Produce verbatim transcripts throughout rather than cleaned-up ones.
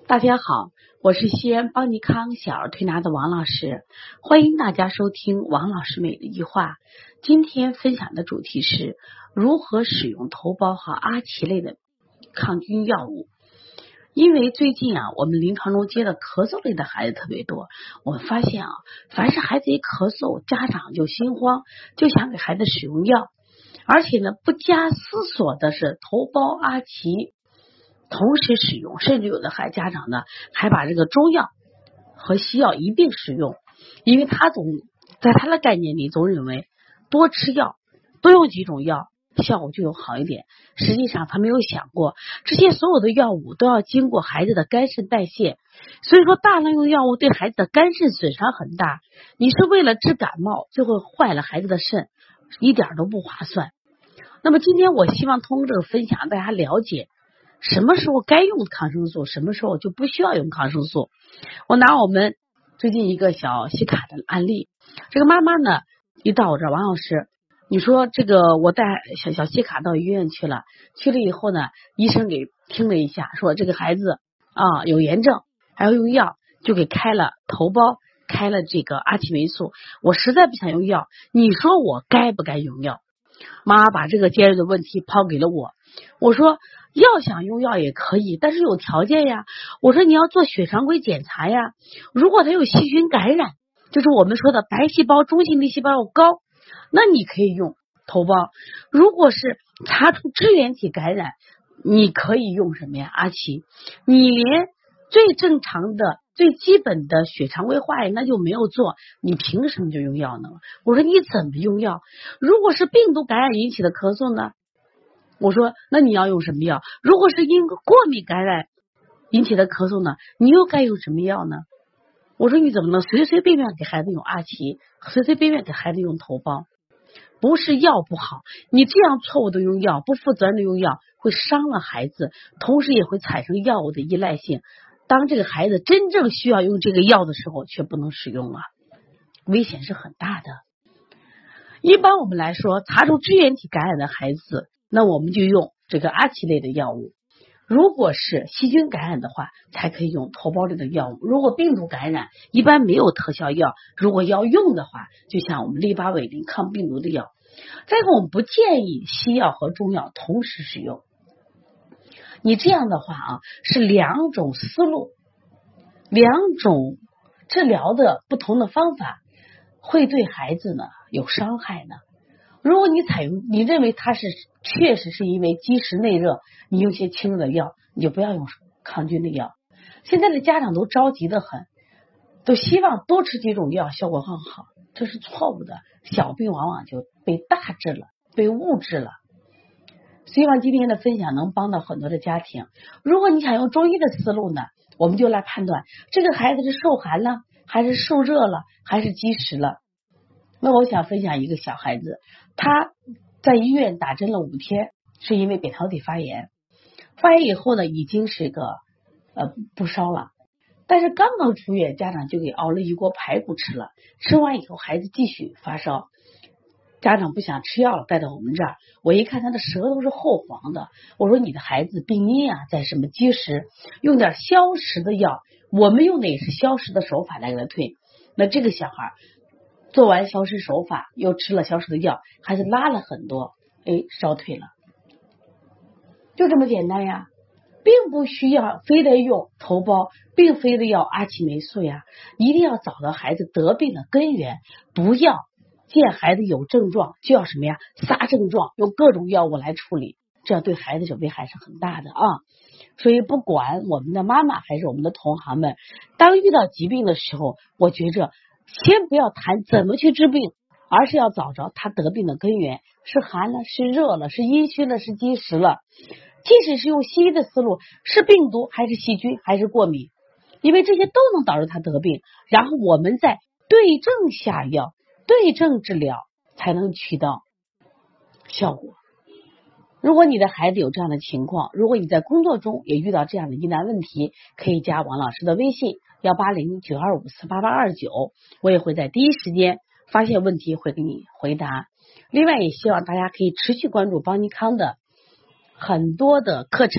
大家好，我是西安邦尼康小儿推拿的王老师，欢迎大家收听王老师每日一句话。今天分享的主题是如何使用头孢和阿奇类的抗菌药物。因为最近啊，我们临床中接的咳嗽类的孩子特别多，我们发现啊，凡是孩子一咳嗽，家长就心慌，就想给孩子使用药，而且呢，不加思索的是头孢、阿奇同时使用，甚至有的孩家长呢还把这个中药和西药一并使用，因为他总在他的概念里总认为多吃药，多用几种药效果就有好一点。实际上他没有想过，这些所有的药物都要经过孩子的肝肾代谢，所以说大量用药物对孩子的肝肾损伤很大。你是为了治感冒，最后坏了孩子的肾，一点都不划算。那么今天我希望通过这个分享，大家了解什么时候该用抗生素，什么时候就不需要用抗生素。我拿我们最近一个小西卡的案例，这个妈妈呢一到我这儿，王老师，你说这个我带小小西卡到医院去了，去了以后呢，医生给听了一下，说这个孩子啊有炎症，还要用药，就给开了头孢，开了这个阿奇霉素。我实在不想用药，你说我该不该用药？妈妈把这个尖锐的问题抛给了我，我说要想用药也可以，但是有条件呀。我说你要做血常规检查呀，如果它有细菌感染，就是我们说的白细胞、中性粒细胞要高，那你可以用头孢。如果是查出支原体感染，你可以用什么呀？阿奇。你连最正常的最基本的血常规化验那就没有做，你凭什么就用药呢？我说你怎么用药？如果是病毒感染引起的咳嗽呢？我说那你要用什么药？如果是因过敏感染引起的咳嗽呢，你又该用什么药呢？我说你怎么能随随便便给孩子用阿奇，随随便便给孩子用头孢？不是药不好，你这样错误的用药，不负责任的用药，会伤了孩子，同时也会产生药物的依赖性。当这个孩子真正需要用这个药的时候，却不能使用了，危险是很大的。一般我们来说，查出支原体感染的孩子，那我们就用这个阿奇类的药物。如果是细菌感染的话，才可以用头孢类的药物。如果病毒感染，一般没有特效药，如果要用的话，就像我们利巴韦林抗病毒的药。再一个，我们不建议西药和中药同时使用。你这样的话啊，是两种思路，两种治疗的不同的方法，会对孩子呢有伤害呢。如果你采用，你认为他是确实是因为积食内热，你用些轻的药，你就不要用抗菌的药。现在的家长都着急得很，都希望多吃几种药效果更好，这是错误的。小病往往就被大治了，被误治了。希望今天的分享能帮到很多的家庭。如果你想用中医的思路呢，我们就来判断这个孩子是受寒了，还是受热了，还是积食了。那我想分享一个小孩子，他在医院打针了五天，是因为扁桃体发炎，发炎以后呢，已经是个呃不烧了，但是刚刚出院，家长就给熬了一锅排骨吃了，吃完以后孩子继续发烧，家长不想吃药了，带到我们这儿，我一看他的舌头是厚黄的，我说你的孩子病因啊在什么积食，用点消食的药，我们用的也是消食的手法来给他退。那这个小孩做完消食手法，又吃了消食的药，孩子拉了很多，哎，烧退了，就这么简单呀，并不需要非得用头孢，并非得要阿奇霉素呀，一定要找到孩子得病的根源，不要见孩子有症状就要什么呀，撒症状，用各种药物来处理，这样对孩子的危害是很大的啊。所以不管我们的妈妈还是我们的同行们，当遇到疾病的时候，我觉着先不要谈怎么去治病，而是要找着他得病的根源，是寒了，是热了，是阴虚了，是积食了。即使是用西医的思路，是病毒还是细菌还是过敏，因为这些都能导致他得病，然后我们再对症下药，对症治疗，才能取到效果。如果你的孩子有这样的情况，如果你在工作中也遇到这样的疑难问题，可以加王老师的微信幺八零九二五四八八二九，我也会在第一时间发现问题会给你回答。另外也希望大家可以持续关注邦尼康的很多的课程，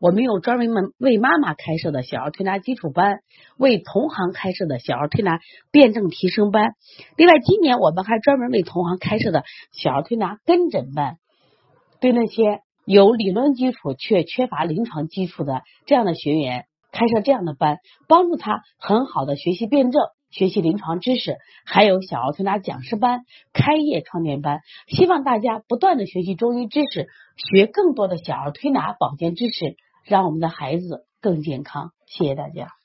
我们有专门为妈妈开设的小儿推拿基础班，为同行开设的小儿推拿辩证提升班。另外，今年我们还专门为同行开设的小儿推拿跟诊班，对那些有理论基础却缺乏临床基础的这样的学员开设这样的班，帮助他很好的学习辩证，学习临床知识。还有小儿推拿讲师班、开业创店班，希望大家不断的学习中医知识，学更多的小儿推拿保健知识，让我们的孩子更健康。谢谢大家。